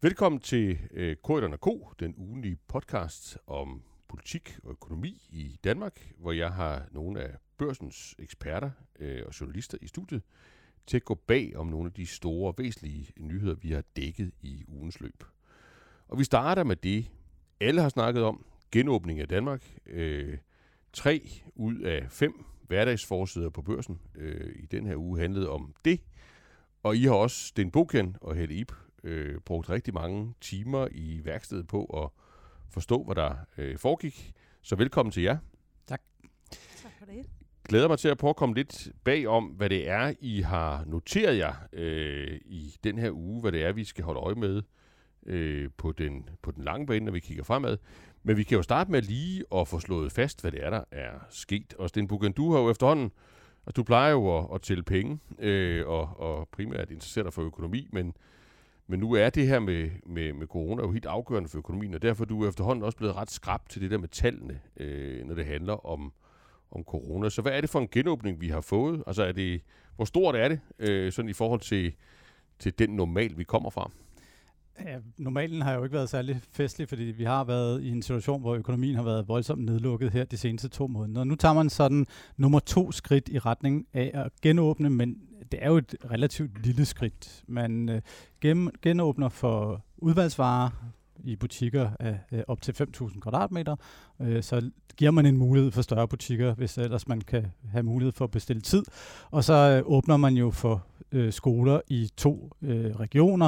Velkommen til Corydon & Co., den ugenlige podcast om politik og økonomi i Danmark, hvor jeg har nogle af børsens eksperter og journalister i studiet til at gå bag om nogle af de store, væsentlige nyheder, vi har dækket i ugens løb. Og vi starter med det, alle har snakket om, genåbning af Danmark. 3 ud af 5 hverdagsforsider på børsen i den her uge handlede om det. Og I har også Sten Boken og Helle Ib brugt rigtig mange timer i værkstedet på at forstå, hvad der foregik. Så velkommen til jer. Tak. Tak for det. Glæder mig til at prøve at komme lidt bag om, hvad det er, I har noteret jer i den her uge, hvad det er, vi skal holde øje med på den lange bane, når vi kigger fremad. Men vi kan jo starte med lige at få slået fast, hvad det er, der er sket. Og Sten Boken, du har jo efterhånden, og du plejer jo at tælle penge og primært interessere dig for økonomi, men nu er det her med corona jo helt afgørende for økonomien, og derfor er du efterhånden også blevet ret skrap til det der med tallene, når det handler om corona. Så hvad er det for en genåbning, vi har fået? Altså hvor stort er det, sådan i forhold til den normal, vi kommer fra? Ja, normalen har jo ikke været særlig festlig, fordi vi har været i en situation, hvor økonomien har været voldsomt nedlukket her de seneste 2 måneder. Nu tager man sådan nummer 2 skridt i retning af at genåbne, men det er jo et relativt lille skridt. Man genåbner for udvalgsvarer i butikker af op til 5.000 kvadratmeter, så giver man en mulighed for større butikker, hvis ellers man kan have mulighed for at bestille tid. Og så åbner man jo for skoler i 2 regioner.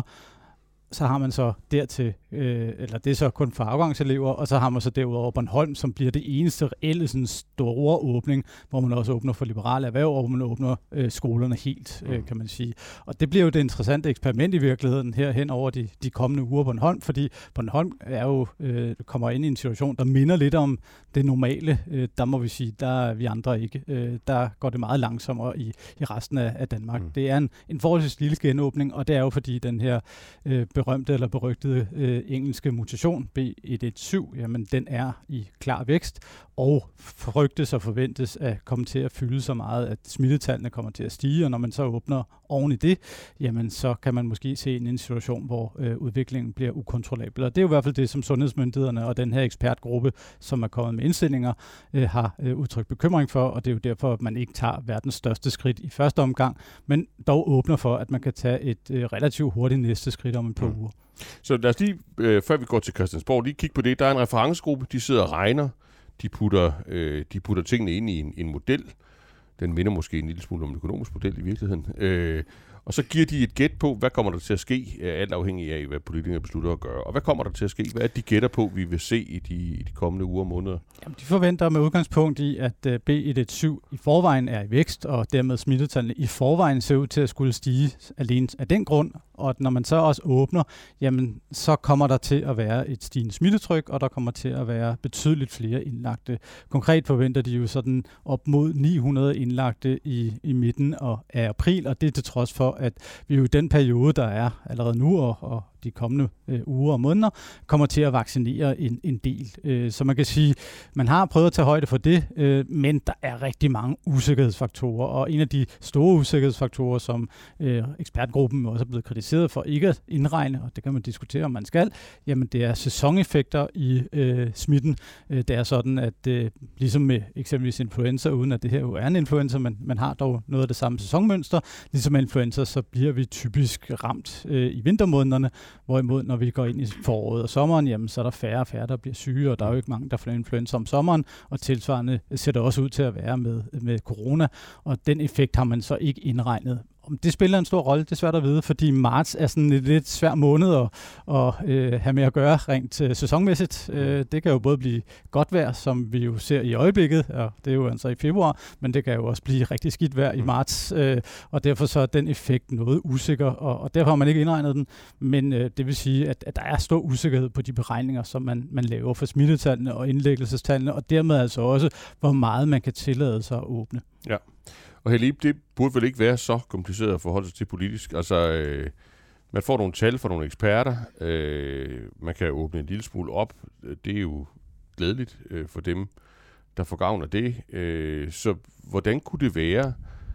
Så har man så dertil, eller det er så kun for afgangselever, og så har man så derudover Bornholm, som bliver det eneste reelle sådan store åbning, hvor man også åbner for liberale erhverv, og hvor man åbner skolerne helt, kan man sige. Og det bliver jo det interessante eksperiment i virkeligheden her hen over de kommende uger på Bornholm, fordi Bornholm er jo, kommer ind i en situation, der minder lidt om det normale. Der må vi sige, der er vi andre ikke. Der går det meget langsommere i resten af Danmark. Det er en forholdsvis lille genåbning, og det er jo fordi den her berømte eller berygtede engelske mutation B117, jamen den er i klar vækst og frygtes og forventes at komme til at fylde så meget, at smittetallene kommer til at stige, og når man så åbner oven i det, jamen så kan man måske se en situation, hvor udviklingen bliver ukontrollabel. Og det er jo i hvert fald det, som sundhedsmyndighederne og den her ekspertgruppe, som er kommet med indstillinger, har udtrykt bekymring for, og det er jo derfor, at man ikke tager verdens største skridt i første omgang, men dog åbner for, at man kan tage et relativt hurtigt næste skridt om et par uger. Så lad os lige, før vi går til Christiansborg, lige kigge på det. Der er en referencegruppe, de sidder og regner, de putter tingene ind i en model. Den minder måske en lille smule om en økonomisk model i virkeligheden. Og så giver de et gæt på, hvad kommer der til at ske, alt afhængig af, hvad politikerne beslutter at gøre. Og hvad kommer der til at ske? Hvad er det, de gætter på, vi vil se i de kommende uger og måneder? Jamen, de forventer med udgangspunkt i, at B117 i forvejen er i vækst, og dermed smittetallene i forvejen ser ud til at skulle stige alene af den grund. Og når man så også åbner, jamen, så kommer der til at være et stigende smittetryk, og der kommer til at være betydeligt flere indlagte. Konkret forventer de jo sådan op mod 900 indlagte i midten af april, og det er til trods for, at vi jo i den periode, der er allerede nu og de kommende uger og måneder, kommer til at vaccinere en del. Så man kan sige, man har prøvet at tage højde for det, men der er rigtig mange usikkerhedsfaktorer, og en af de store usikkerhedsfaktorer, som ekspertgruppen også er blevet kritiseret for ikke at indregne, og det kan man diskutere, om man skal, jamen det er sæsoneffekter i smitten. Det er sådan, at ligesom med eksempelvis influenza, uden at det her jo er en influenza, men man har dog noget af det samme sæsonmønster, ligesom med influenza, så bliver vi typisk ramt i vintermånederne, hvorimod når vi går ind i foråret og sommeren, jamen så er der færre og færre, der bliver syge, og der er jo ikke mange, der får influenza om sommeren, og tilsvarende ser det også ud til at være med corona, og den effekt har man så ikke indregnet. Om det spiller en stor rolle, det er svært at vide, fordi marts er sådan en lidt svær måned at have med at gøre rent sæsonmæssigt. Det kan jo både blive godt vejr, som vi jo ser i øjeblikket, og det er jo altså i februar, men det kan jo også blive rigtig skidt vejr i marts, og derfor så er den effekt noget usikker, og derfor har man ikke indregnet den, men det vil sige, at der er stor usikkerhed på de beregninger, som man laver for smittetallene og indlæggelsestallene, og dermed altså også, hvor meget man kan tillade sig at åbne. Ja. Og Helle Ib, det burde vel ikke være så kompliceret at forholde sig til politisk. Altså, man får nogle tal fra nogle eksperter. Man kan åbne en lille smule op. Det er jo glædeligt for dem, der får gavn af det. Så hvordan kunne det være,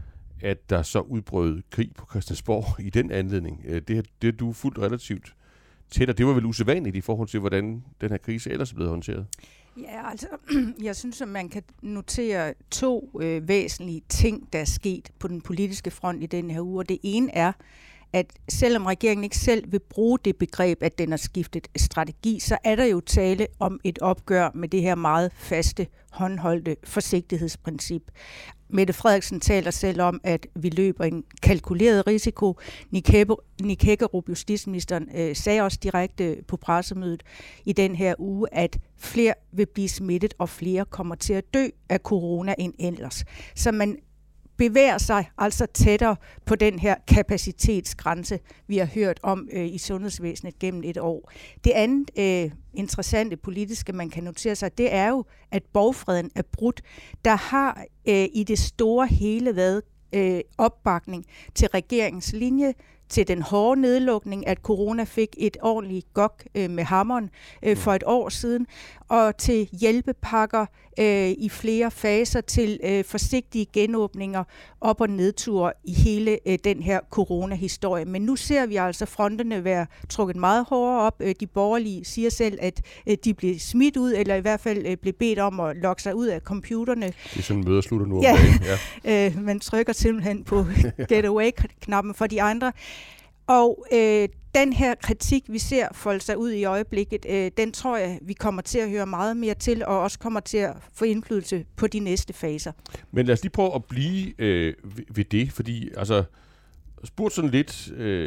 at der så udbrød krig på Christiansborg i den anledning? Det er du fuldt relativt tæt, og det var vel usædvanligt i forhold til, hvordan den her krise ellers er blevet håndteret? Ja, altså, jeg synes, at man kan notere 2 væsentlige ting, der er sket på den politiske front i den her uge. Og det ene er, at selvom regeringen ikke selv vil bruge det begreb, at den har skiftet strategi, så er der jo tale om et opgør med det her meget faste, håndholdte forsigtighedsprincip. Mette Frederiksen taler selv om, at vi løber en kalkuleret risiko. Nick Hækkerup, justitsministeren, sagde også direkte på pressemødet i den her uge, at flere vil blive smittet, og flere kommer til at dø af corona end ellers. Så man bevæger sig altså tættere på den her kapacitetsgrænse, vi har hørt om i sundhedsvæsenet gennem et år. Det andet interessante politiske, man kan notere sig, det er jo, at borgfreden er brudt. Der har i det store hele været opbakning til regeringens linje, til den hårde nedlukning, at corona fik et ordentligt gok med hammeren for et år siden, og til hjælpepakker i flere faser, til forsigtige genåbninger op- og nedture i hele den her corona-historie. Men nu ser vi altså fronterne være trukket meget hårdere op. De borgerlige siger selv, at de blev smidt ud, eller i hvert fald blev bedt om at logge sig ud af computerne. Det er sådan, møder slutter nu om dagen. Ja. Man trykker simpelthen på get away-knappen for de andre. Og den her kritik, vi ser folde sig ud i øjeblikket, den tror jeg, vi kommer til at høre meget mere til, og også kommer til at få indflydelse på de næste faser. Men lad os lige prøve at blive ved det, fordi altså spurgt sådan lidt,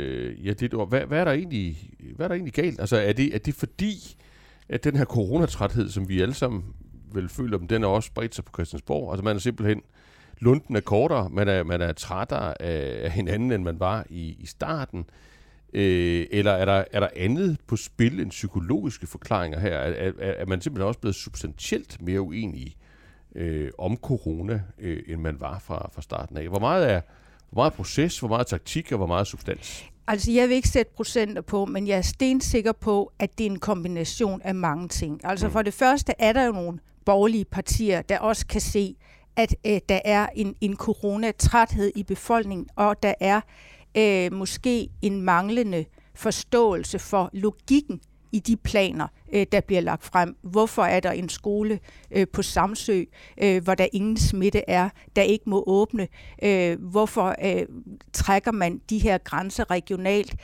hvad er der egentlig galt? Altså er det fordi, at den her coronatræthed, som vi alle sammen vel føler, den er også spredt sig på Christiansborg? Altså man er simpelthen, lunden er kortere, man er trættere af hinanden, end man var i starten. Eller er der andet på spil end psykologiske forklaringer her? Er man simpelthen også blevet substantielt mere uenige om corona, end man var fra starten af? Hvor meget proces, hvor meget taktik og hvor meget substans? Altså, jeg vil ikke sætte procenter på, men jeg er stensikker på, at det er en kombination af mange ting. Altså, for det første er der jo nogle borgerlige partier, der også kan se, at der er en coronatræthed i befolkningen, og der er måske en manglende forståelse for logikken i de planer, der bliver lagt frem. Hvorfor er der en skole på Samsø, hvor der ingen smitte er, der ikke må åbne? Hvorfor trækker man de her grænser regionalt?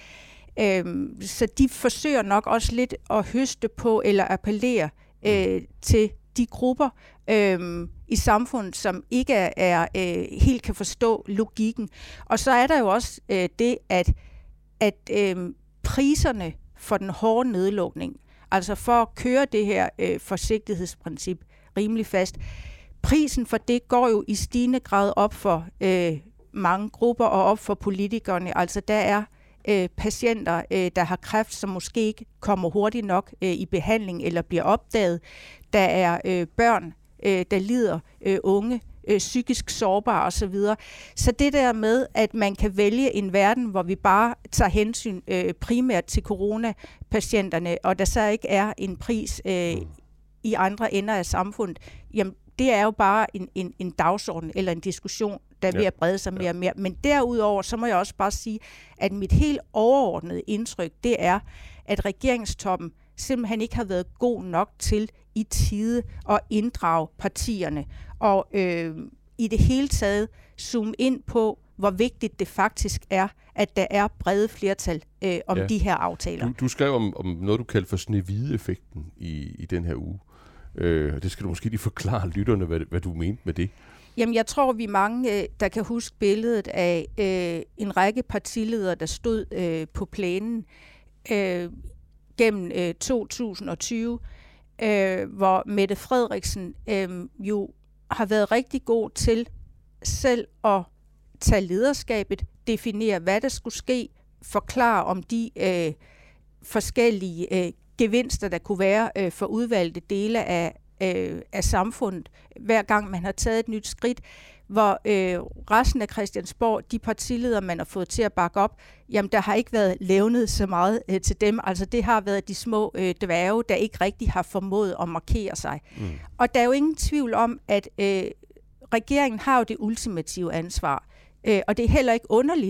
Så de forsøger nok også lidt at høste på eller appellere til de grupper i samfundet, som ikke er helt kan forstå logikken. Og så er der jo også det, at priserne for den hårde nedlukning, altså for at køre det her forsigtighedsprincip rimelig fast, prisen for det går jo i stigende grad op for mange grupper og op for politikerne. Altså der er patienter, der har kræft, som måske ikke kommer hurtigt nok i behandling eller bliver opdaget. Der er børn, der lider, unge, psykisk sårbare osv. Så det der med, at man kan vælge en verden, hvor vi bare tager hensyn primært til coronapatienterne, og der så ikke er en pris i andre ender af samfundet, jamen det er jo bare en dagsorden eller en diskussion, der vil brede sig mere og mere. Men derudover, så må jeg også bare sige, at mit helt overordnede indtryk, det er, at regeringstoppen simpelthen ikke har været god nok til i tide at inddrage partierne. Og i det hele taget zoome ind på, hvor vigtigt det faktisk er, at der er brede flertal om de her aftaler. Du skrev om noget, du kaldte for Snehvide-effekten i den her uge. Det skal du måske lige forklare lytterne, hvad du mente med det. Jamen, jeg tror, vi er mange, der kan huske billedet af en række partiledere, der stod på plænen gennem 2020, hvor Mette Frederiksen jo har været rigtig god til selv at tage lederskabet, definere, hvad der skulle ske, forklare om de forskellige gevinster, der kunne være for udvalgte dele af samfundet, hver gang man har taget et nyt skridt, hvor resten af Christiansborg, de partiledere, man har fået til at bakke op, jamen der har ikke været levnet så meget til dem. Altså det har været de små dværge, der ikke rigtig har formået at markere sig. Og der er jo ingen tvivl om, at regeringen har jo det ultimative ansvar. Og det er heller ikke underligt,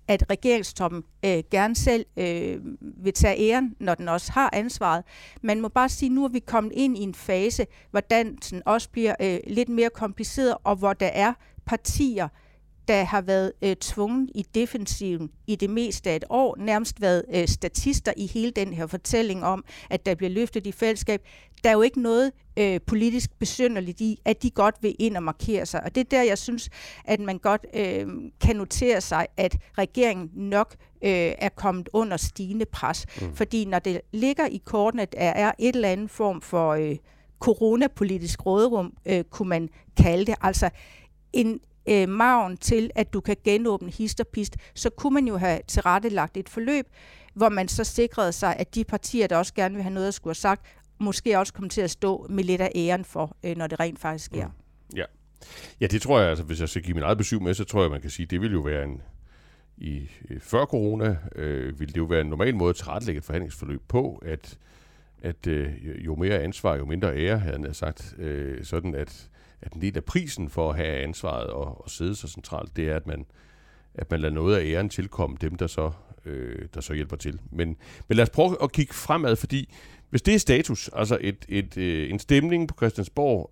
at regeringstoppen gerne selv vil tage æren, når den også har ansvaret. Man må bare sige, at nu er vi kommet ind i en fase, hvor dansen også bliver lidt mere kompliceret, og hvor der er partier, der har været tvunget i defensiven i det meste af et år, nærmest været statister i hele den her fortælling om, at der bliver løftet i fællesskab. Der er jo ikke noget politisk besynderligt i, at de godt vil ind og markere sig. Og det er der, jeg synes, at man godt kan notere sig, at regeringen nok er kommet under stigende pres. Fordi når det ligger i kortene, at der er et eller andet form for coronapolitisk råderum, kunne man kalde det, altså en margen til, at du kan genåbne hist og pist, så kunne man jo have tilrettelagt et forløb, hvor man så sikrede sig, at de partier, der også gerne vil have noget at skulle have sagt, måske også kommer til at stå med lidt af æren for, når det rent faktisk sker. Ja, det tror jeg, altså hvis jeg skal give min eget besøg med, så tror jeg, man kan sige, det vil jo være før corona, ville det jo være en normal måde at tilrettelægge et forhandlingsforløb på, at jo mere ansvar, jo mindre ære, havde han sagt, sådan at en del af prisen for at have ansvaret og sidde så centralt, det er, at man lader noget af æren tilkomme dem, der så hjælper til. Men lad os prøve at kigge fremad, fordi hvis det er status, altså en stemning på Christiansborg,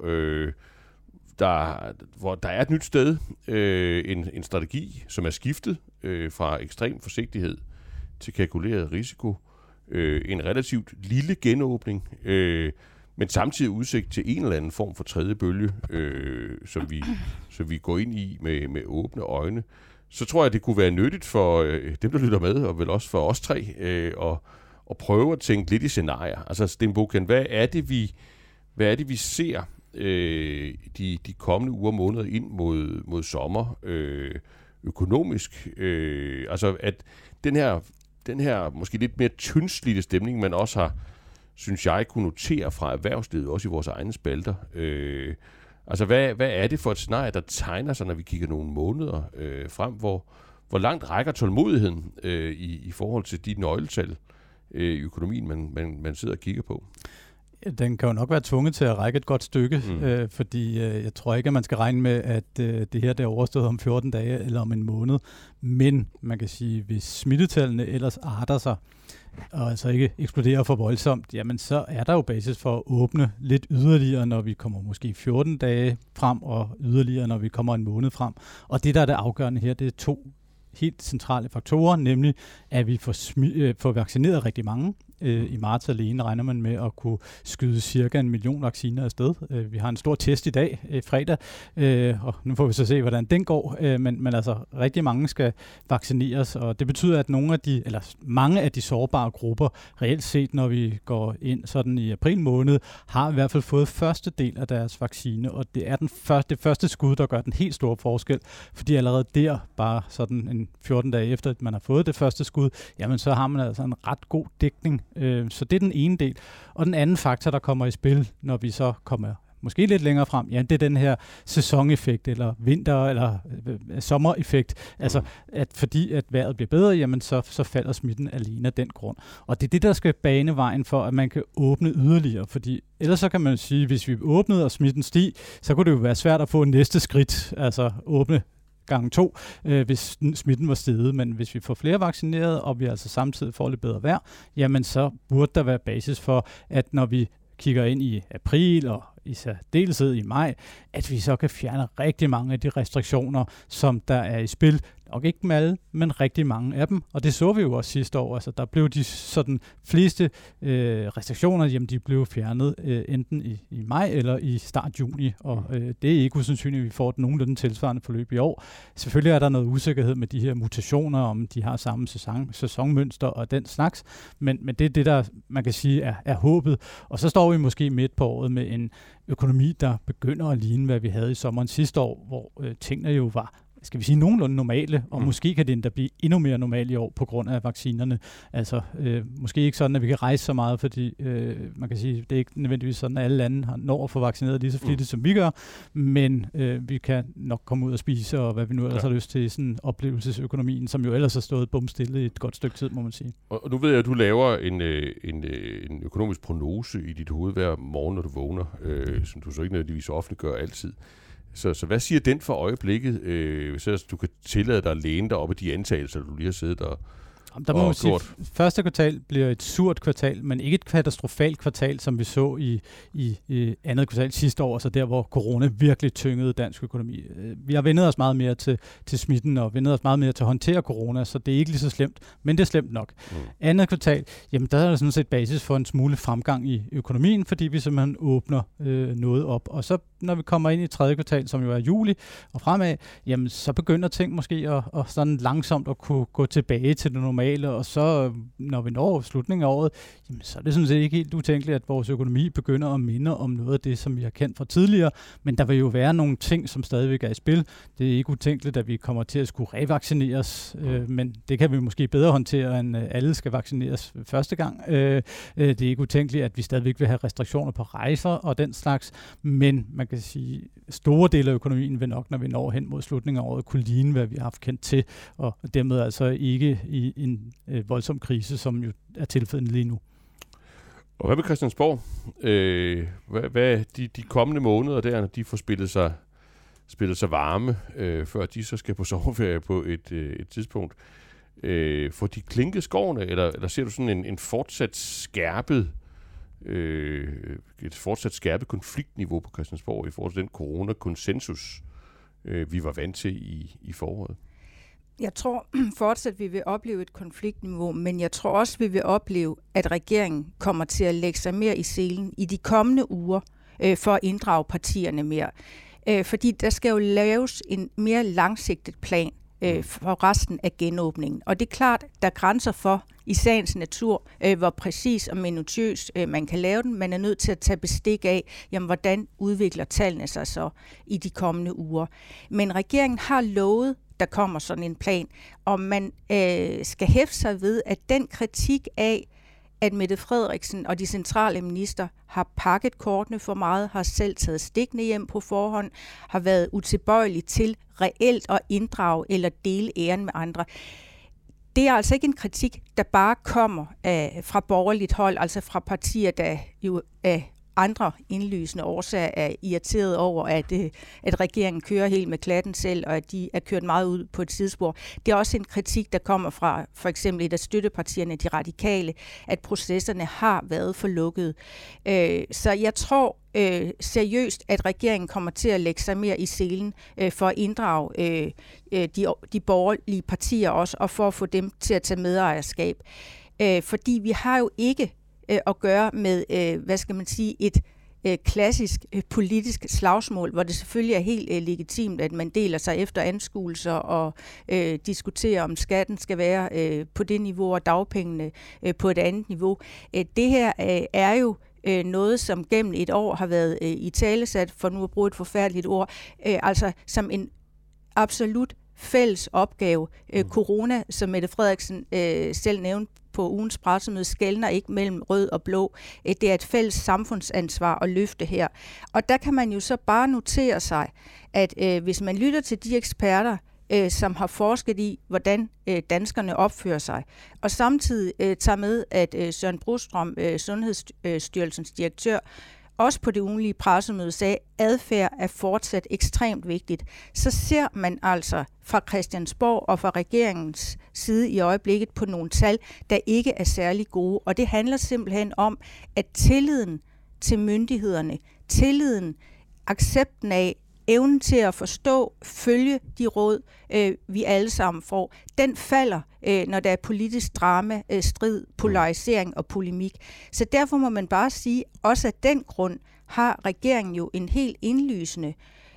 hvor der er et nyt sted, en strategi, som er skiftet fra ekstrem forsigtighed til kalkuleret risiko, en relativt lille genåbning, men samtidig udsigt til en eller anden form for tredje bølge, som vi går ind i med åbne øjne, så tror jeg, det kunne være nyttigt for dem, der lytter med, og vel også for os tre, at prøve at tænke lidt i scenarier. Altså, Sten Bokan, hvad er det, vi ser de kommende uger og måneder ind mod sommer økonomisk? Altså, at den her måske lidt mere tyndslidte stemning, man også har, synes jeg, kunne notere fra erhvervslivet, også i vores egne spalter. Altså, hvad er det for et scenarie, der tegner sig, når vi kigger nogle måneder frem? Hvor langt rækker tålmodigheden i forhold til de nøgletal i økonomien, man sidder og kigger på? Den kan jo nok være tvunget til at række et godt stykke, fordi jeg tror ikke, at man skal regne med, at det her der er overstået om 14 dage eller om en måned. Men man kan sige, hvis smittetallene ellers arter sig, og altså ikke eksploderer for voldsomt, jamen så er der jo basis for at åbne lidt yderligere, når vi kommer måske 14 dage frem, og yderligere, når vi kommer en måned frem. Og det, der er det afgørende her, det er 2 helt centrale faktorer, nemlig at vi får vaccineret rigtig mange. I marts alene regner man med at kunne skyde cirka 1 million vacciner afsted. Vi har en stor test i dag, fredag, og nu får vi så se, hvordan den går. Men altså, rigtig mange skal vaccineres, og det betyder, at mange af de sårbare grupper, reelt set, når vi går ind sådan i april måned, har i hvert fald fået første del af deres vaccine, og det er det første skud, der gør den helt store forskel, fordi allerede der, bare sådan en 14 dage efter, at man har fået det første skud, jamen så har man altså en ret god dækning. Så det er den ene del. Og den anden faktor, der kommer i spil, når vi så kommer måske lidt længere frem, ja, det er den her sæsoneffekt, eller vinter- eller sommereffekt. Altså, at fordi at vejret bliver bedre, jamen så falder smitten alene af den grund. Og det er det, der skal bane vejen for, at man kan åbne yderligere. Fordi ellers så kan man sige, hvis vi åbnede og smitten stiger, så kunne det jo være svært at få næste skridt, altså åbne gange 2, hvis smitten var steget. Men hvis vi får flere vaccineret, og vi altså samtidig får lidt bedre vejr, jamen så burde der være basis for, at når vi kigger ind i april og i særdeleshed i maj, at vi så kan fjerne rigtig mange af de restriktioner, som der er i spil. Nok ikke med alle, men rigtig mange af dem. Og det så vi jo også sidste år. Altså, der blev de sådan fleste restriktioner, jamen de blev fjernet enten i maj eller i start juni. Og det er ikke usandsynligt, at vi får et nogenlunde tilsvarende forløb i år. Selvfølgelig er der noget usikkerhed med de her mutationer, om de har samme sæsonmønster og den slags. Men det er det, der man kan sige er håbet. Og så står vi måske midt på året med en økonomi, der begynder at ligne, hvad vi havde i sommeren sidste år, hvor tingene jo var, skal vi sige, nogenlunde normale, og måske kan det endda blive endnu mere normalt i år på grund af vaccinerne. Altså, måske ikke sådan, at vi kan rejse så meget, fordi man kan sige, det er ikke nødvendigvis sådan, at alle lande når at få vaccineret lige så flittigt, som vi gør, men vi kan nok komme ud og spise, og hvad vi nu ellers har lyst til i sådan oplevelsesøkonomien, som jo ellers har stået bumstille i et godt stykke tid, må man sige. Og nu ved jeg, at du laver en økonomisk prognose i dit hoved hver morgen, når du vågner, som du så ikke nødvendigvis offentliggør altid. Så hvad siger den for øjeblikket, så du kan tillade dig at læne dig op af de antagelser, du lige har siddet og der må man sige, at første kvartal bliver et surt kvartal, men ikke et katastrofalt kvartal, som vi så i andet kvartal sidste år, altså der, hvor corona virkelig tyngede dansk økonomi. Vi har vendet os meget mere til smitten og vendet os meget mere til at håndtere corona, så det er ikke lige så slemt, men det er slemt nok. Andet kvartal, jamen der er der sådan set basis for en smule fremgang i økonomien, fordi vi simpelthen åbner noget op. Og så når vi kommer ind i tredje kvartal, som jo er juli og fremad, jamen så begynder ting måske at sådan langsomt at kunne gå tilbage til det normale, og så når vi når slutningen af året, jamen, så er det sådan set ikke helt utænkeligt, at vores økonomi begynder at minde om noget af det, som vi har kendt fra tidligere, men der vil jo være nogle ting, som stadigvæk er i spil. Det er ikke utænkeligt, at vi kommer til at skulle revaccineres, men det kan vi måske bedre håndtere, end alle skal vaccineres første gang. Det er ikke utænkeligt, at vi stadigvæk vil have restriktioner på rejser og den slags, men man kan sige, store dele af økonomien vil nok, når vi når hen mod slutningen af året, kunne ligne, hvad vi har haft kendt til, og dermed altså ikke i en voldsom krise, som jo er tilfældet lige nu. Og hvad med Christiansborg? Hvad de kommende måneder der, når de får spillet sig varme, før de så skal på sommerferie på et tidspunkt, får de klinket skårene, eller ser du sådan en fortsat skærpet konfliktniveau på Christiansborg i forhold til den coronakonsensus, vi var vant til i foråret? Jeg tror fortsat, vi vil opleve et konfliktniveau, men jeg tror også, vi vil opleve, at regeringen kommer til at lægge sig mere i selen i de kommende uger for at inddrage partierne mere. Fordi der skal jo laves en mere langsigtet plan for resten af genåbningen. Og det er klart, der er grænser for, i sagens natur, hvor præcis og minutiøs man kan lave den. Man er nødt til at tage bestik af, jamen, hvordan udvikler tallene sig så i de kommende uger. Men regeringen har lovet, der kommer sådan en plan, og man skal hæfte sig ved, at den kritik af, at Mette Frederiksen og de centrale minister har pakket kortene for meget, har selv taget stikkene hjem på forhånd, har været utilbøjelige til reelt at inddrage eller dele æren med andre. Det er altså ikke en kritik, der bare kommer fra borgerligt hold, altså fra partier, der jo af andre indlysende årsager er irriteret over, at regeringen kører helt med klatten selv, og at de er kørt meget ud på et sidespor. Det er også en kritik, der kommer fra for eksempel et af støttepartierne, de radikale, at processerne har været for lukkede. Så jeg tror seriøst, at regeringen kommer til at lægge sig mere i selen for at inddrage de borgerlige partier også, og for at få dem til at tage medejerskab. Fordi vi har jo ikke at gøre med, et klassisk politisk slagsmål, hvor det selvfølgelig er helt legitimt, at man deler sig efter anskuelser og diskuterer, om skatten skal være på det niveau, og dagpengene på et andet niveau. Det her er jo noget, som gennem et år har været italesat, for nu at bruge et forfærdeligt ord, altså som en absolut fælles opgave. Corona, som Mette Frederiksen selv nævnte på ugens pressemøde, skelner ikke mellem rød og blå. Det er et fælles samfundsansvar at løfte her. Og der kan man jo så bare notere sig, at hvis man lytter til de eksperter, som har forsket i, hvordan danskerne opfører sig, og samtidig tager med, at Søren Brostrøm, Sundhedsstyrelsens direktør, også på det ugenlige pressemøde sagde, at adfærd er fortsat ekstremt vigtigt, så ser man altså fra Christiansborg og fra regeringens side i øjeblikket på nogle tal, der ikke er særlig gode. Og det handler simpelthen om, at tilliden til myndighederne, tilliden, accepten af, evnen til at forstå, følge de råd, vi alle sammen får, den falder, når der er politisk drama, strid, polarisering og polemik. Så derfor må man bare sige, også af den grund har regeringen jo en helt indlysende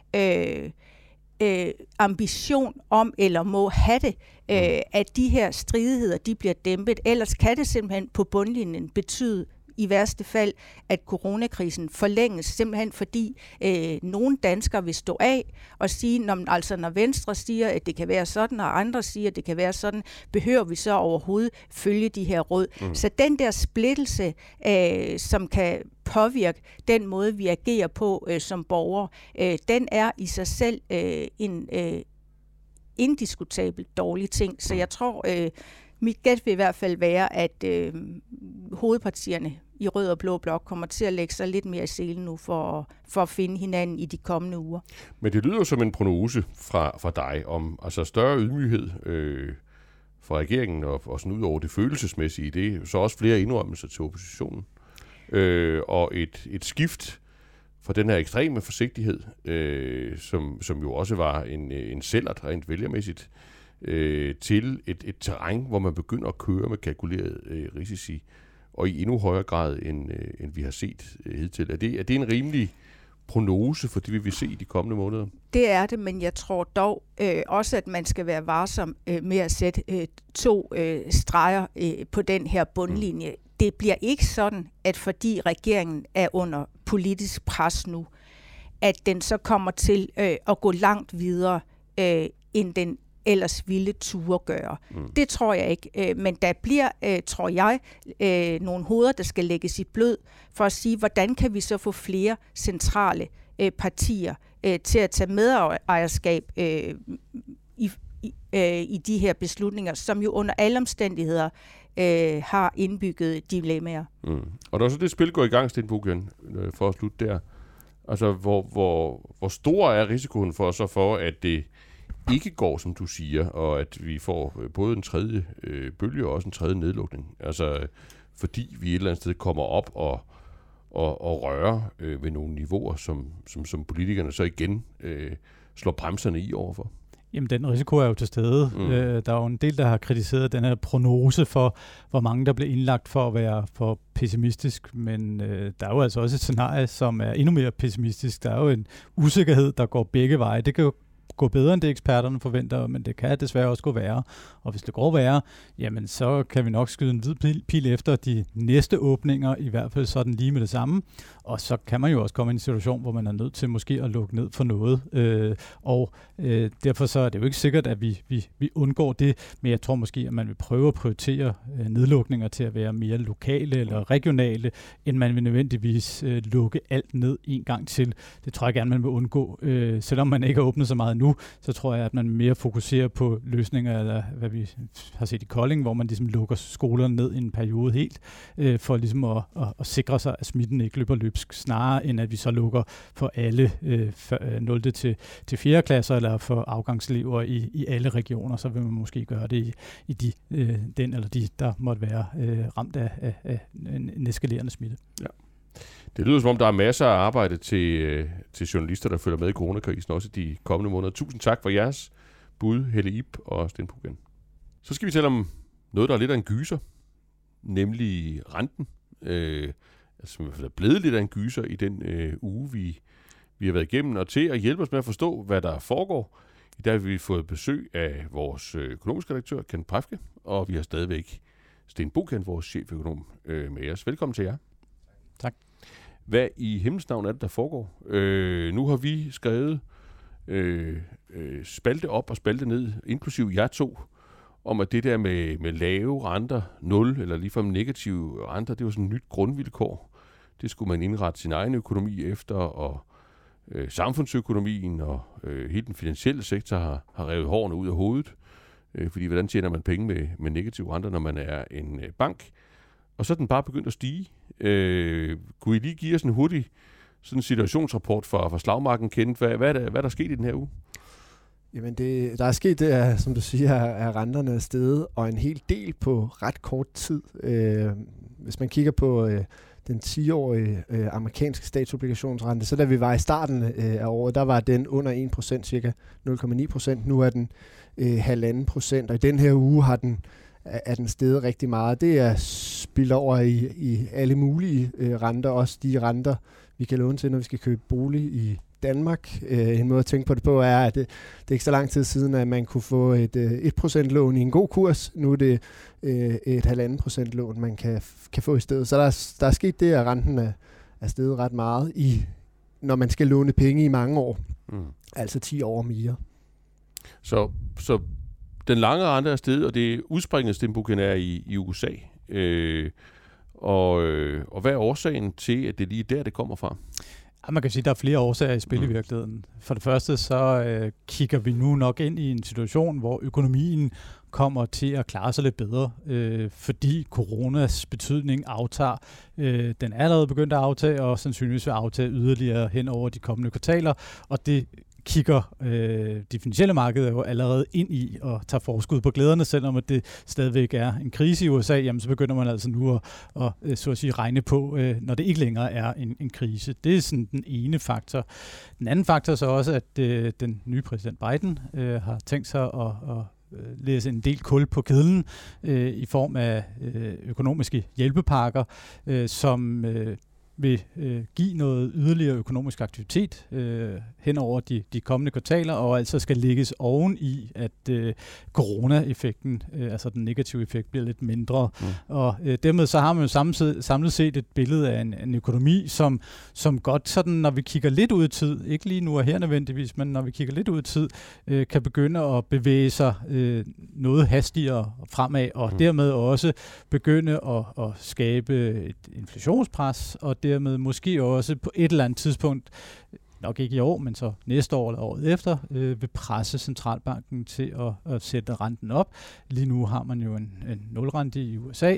ambition om, eller må have det, at de her stridigheder, de bliver dæmpet. Ellers kan det simpelthen på bundlinjen betyde, i værste fald, at coronakrisen forlænges, simpelthen fordi nogle danskere vil stå af og sige, når Venstre siger, at det kan være sådan, og andre siger, at det kan være sådan, behøver vi så overhovedet følge de her råd. Så den der splittelse, som kan påvirke den måde, vi agerer på som borgere, den er i sig selv en indiskutabelt dårlig ting. Så jeg tror, mit gæt vil i hvert fald være, at hovedpartierne i rød og blå blok kommer til at lægge sig lidt mere i selen nu for at finde hinanden i de kommende uger. Men det lyder jo som en prognose fra dig om altså større ydmyghed fra regeringen og sådan ud over det følelsesmæssige. Det er så også flere indrømmelser til oppositionen. Og et skift fra den her ekstreme forsigtighed, som jo også var en sællert rent vælgermæssigt, til et terræn, hvor man begynder at køre med kalkuleret risici, og i endnu højere grad, end vi har set hidtil. Er det en rimelig prognose for det, vi vil se i de kommende måneder? Det er det, men jeg tror dog også, at man skal være varsom med at sætte 2 streger på den her bundlinje. Det bliver ikke sådan, at fordi regeringen er under politisk pres nu, at den så kommer til at gå langt videre, end den ellers ville ture gøre. Det tror jeg ikke. Men der bliver, tror jeg, nogle hoveder, der skal lægges i blød for at sige, hvordan kan vi så få flere centrale partier til at tage medejerskab i de her beslutninger, som jo under alle omstændigheder har indbygget dilemmaer. Og der er så det spil går i gang, Sten Bogen, for at slutte der. Altså, hvor stor er risikoen for, at det ikke går, som du siger, og at vi får både en tredje bølge og også en tredje nedlukning? Altså, fordi vi et eller andet sted kommer op og rører ved nogle niveauer, som politikerne så igen slår bremserne i overfor. Jamen, den risiko er jo til stede. Der er jo en del, der har kritiseret den her prognose for, hvor mange der bliver indlagt for at være for pessimistisk, men der er jo altså også et scenarie, som er endnu mere pessimistisk. Der er jo en usikkerhed, der går begge veje. Det kan jo gå bedre end det eksperterne forventer, men det kan desværre også gå værre. Og hvis det går værre, jamen så kan vi nok skyde en hvid pil efter de næste åbninger, i hvert fald sådan lige med det samme. Og så kan man jo også komme i en situation, hvor man er nødt til måske at lukke ned for noget. Derfor så er det jo ikke sikkert, at vi undgår det, men jeg tror måske, at man vil prøve at prioritere nedlukninger til at være mere lokale eller regionale, end man vil nødvendigvis lukke alt ned en gang til. Det tror jeg gerne, man vil undgå. Selvom man ikke har åbnet så meget nu, så tror jeg, at man mere fokuserer på løsninger, eller hvad vi har set i Kolding, hvor man ligesom lukker skolerne ned i en periode helt, for ligesom at sikre sig, at smitten ikke løber løbsk, snarere end at vi så lukker for alle 0. til 4. klasser, eller for afgangselever i alle regioner, så vil man måske gøre det i den eller de, der måtte være ramt af en eskalerende smitte. Ja. Det lyder som om, der er masser af arbejde til journalister, der følger med i coronakrisen, også de kommende måneder. Tusind tak for jeres bud, Helle Ib og Sten Bogen. Så skal vi tale om noget, der er lidt af en gyser, nemlig renten. Som i hvert fald er blevet lidt af en gyser i den uge, vi har været igennem. Og til at hjælpe os med at forstå, hvad der foregår, i dag har vi fået besøg af vores økonomiske redaktør, Ken Præfke, og vi har stadigvæk Sten Bogen, vores cheføkonom, med os. Velkommen til jer. Tak. Hvad i himlens navn er det, der foregår? Nu har vi skrevet spalte op og spalte ned, inklusiv jer to, om at det der med lave renter, 0 eller ligefrem negative renter, det var sådan et nyt grundvilkår. Det skulle man indrette sin egen økonomi efter, og samfundsøkonomien og hele den finansielle sektor har revet hårene ud af hovedet. Fordi hvordan tjener man penge med negative renter, når man er en bank? Og så er den bare begyndt at stige. Kunne I lige give os en hurtig sådan situationsrapport fra slagmarken, Kent? Hvad er der sket i den her uge? Jamen, der er sket det, er, som du siger, er renterne steget, og en hel del på ret kort tid. Hvis man kigger på den 10-årige amerikanske statsobligationsrente, så da vi var i starten af året, der var den under 1%, cirka 0,9%. Nu er den 1,5%, og i den her uge er den steget rigtig meget. Det er spildt over i alle mulige renter, også de renter, vi kan låne til, når vi skal købe bolig i Danmark. En måde at tænke på det på er, at det er ikke så lang tid siden, at man kunne få et 1% lån i en god kurs. Nu er det et 1,5% lån, man kan få i stedet. Så der er sket det, at renten er steget ret meget, når man skal låne penge i mange år. Altså 10 år mere. Så den lange rente er steget, og det udspringende Stenbogen er i USA. Og hvad er årsagen til, at det lige der, det kommer fra? Man kan sige, at der er flere årsager i spil i virkeligheden. For det første så kigger vi nu nok ind i en situation, hvor økonomien kommer til at klare sig lidt bedre, fordi coronas betydning aftager. Den er allerede begyndt at aftage, og sandsynligvis vil aftage yderligere hen over de kommende kvartaler, og det kigger de finansielle markeder jo allerede ind i og tager forskud på glæderne, selvom det stadigvæk er en krise i USA, jamen så begynder man altså nu at så at sige, regne på, når det ikke længere er en krise. Det er sådan den ene faktor. Den anden faktor er så også, at den nye præsident Biden har tænkt sig at læse en del kul på kedlen i form af økonomiske hjælpepakker, som vil give noget yderligere økonomisk aktivitet hen over de kommende kvartaler, og altså skal lægges oven i, at corona-effekten, altså den negative effekt, bliver lidt mindre. Og dermed så har man jo samlet set et billede af en økonomi, som godt sådan, når vi kigger lidt ud i tid, ikke lige nu og her nødvendigvis, men når vi kigger lidt ud i tid, kan begynde at bevæge sig noget hastigere fremad, og dermed også begynde at skabe et inflationspres, og dermed måske også på et eller andet tidspunkt, nok ikke i år, men så næste år eller året efter, vil presse centralbanken til at sætte renten op. Lige nu har man jo en nulrente i USA,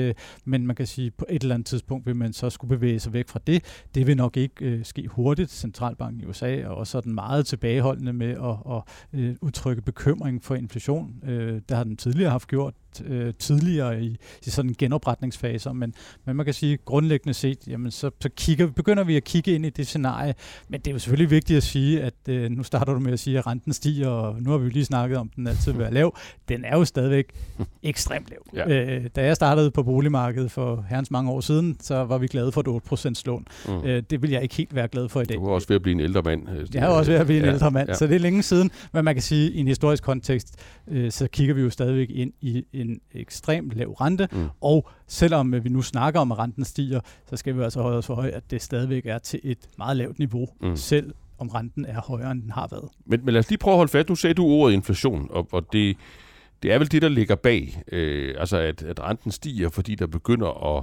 men man kan sige, at på et eller andet tidspunkt vil man så skulle bevæge sig væk fra det. Det vil nok ikke ske hurtigt. Centralbanken i USA er også sådan meget tilbageholdende med at udtrykke bekymring for inflation. Der har den tidligere haft gjort tidligere i sådan en genopretningsfaser, men man kan sige grundlæggende set, jamen så begynder vi at kigge ind i det scenarie, men det er jo selvfølgelig vigtigt at sige, at nu starter du med at sige, at renten stiger, og nu har vi jo lige snakket om, at den altid vil være lav. Den er jo stadigvæk ekstremt lav. Ja. Da jeg startede på boligmarkedet for herrens mange år siden, så var vi glade for et 8% lån. Det vil jeg ikke helt være glad for i dag. Du er også ved at blive en ældre mand. Jeg er også ved at blive en ældre mand, så det er længe siden, men man kan sige, i en historisk kontekst, så kigger vi jo stadigvæk ind i en ekstremt lav rente, og selvom vi nu snakker om, at renten stiger, så skal vi altså holde os for højt, at det stadigvæk er til et meget lavt niveau, selv om renten er højere, end den har været. Men lad os lige prøve at holde fast. Nu sagde du ordet inflation, og det er vel det, der ligger bag, altså at renten stiger, fordi der begynder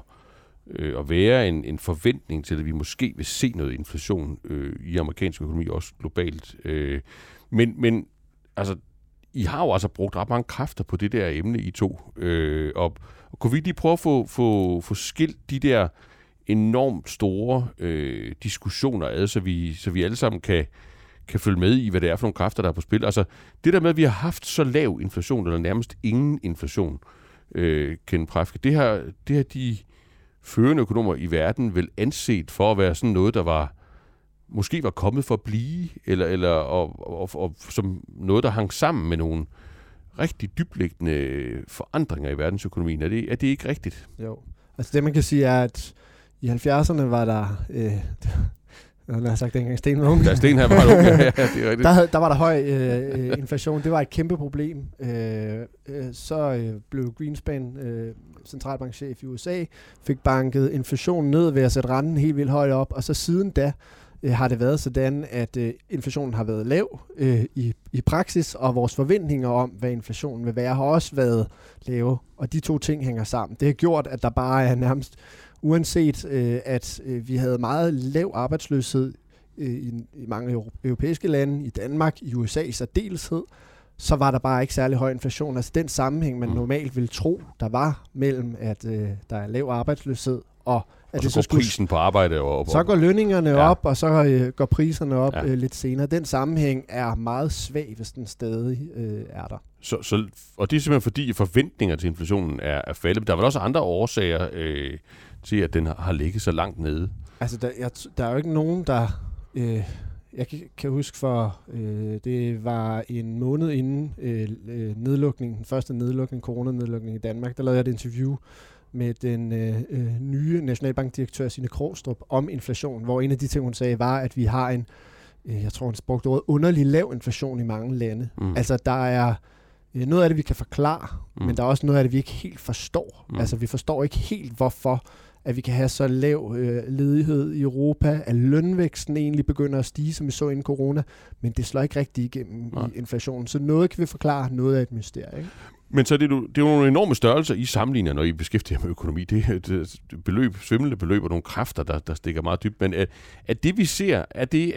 at være en forventning til, at vi måske vil se noget inflation i amerikansk økonomi, også globalt. Men altså, I har jo altså brugt ret mange kræfter på det der emne, I to. Og kunne vi lige prøve at få skilt de der enormt store diskussioner ad, så vi alle sammen kan følge med i, hvad det er for nogle kræfter, der er på spil. Altså, det der med, at vi har haft så lav inflation, eller nærmest ingen inflation, Ken Præfke, det har de førende økonomer i verden vel anset for at være sådan noget, der måske var kommet for at blive, eller som noget, der hang sammen med nogle rigtig dybtliggende forandringer i verdensøkonomien. Er det ikke rigtigt? Jo. Altså det, man kan sige, er, at i 70'erne var der... jeg har sagt det engang, Sten var ung. Ja, Sten her var ung. Ja, det er rigtigt. Der var der høj inflation. Det var et kæmpe problem. Så blev Greenspan centralbankchef i USA, fik banket inflationen ned ved at sætte renten helt vildt højt op, og så siden da har det været sådan, at inflationen har været lav i praksis, og vores forventninger om, hvad inflationen vil være, har også været lave, og de to ting hænger sammen. Det har gjort, at der bare er nærmest, uanset at vi havde meget lav arbejdsløshed i mange europæiske lande, i Danmark, i USA i særdeleshed, så var der bare ikke særlig høj inflation. Altså den sammenhæng, man normalt ville tro, der var mellem, at der er lav arbejdsløshed, og så går prisen på arbejde op. Så går lønningerne op, og så går priserne op lidt senere. Den sammenhæng er meget svag, hvis den stadig er der. Og det er simpelthen fordi forventninger til inflationen er faldet. Der er vel også andre årsager til, at den har ligget så langt nede. Altså, der er jo ikke nogen, der... jeg kan huske det var en måned inden nedlukningen, den første nedlukning, coronanedlukning i Danmark, der lavede jeg et interview med den nye nationalbankdirektør Signe Krogstrup om inflation, hvor en af de ting, hun sagde, var, at vi har jeg tror, hun brugte ordet, underlig lav inflation i mange lande. Altså, der er noget af det, vi kan forklare, men der er også noget af det, vi ikke helt forstår. Altså, vi forstår ikke helt, hvorfor at vi kan have så lav ledighed i Europa, at lønvæksten egentlig begynder at stige, som vi så inden corona, men det slår ikke rigtig igennem i inflationen. Så noget kan vi forklare, noget af et mysterie, ikke? Men så er det jo nogle enorme størrelser, I sammenligner, når I beskæftiger med økonomi. Det er svimlende beløb og nogle kræfter, der stikker meget dybt. Men at det, vi ser, er det,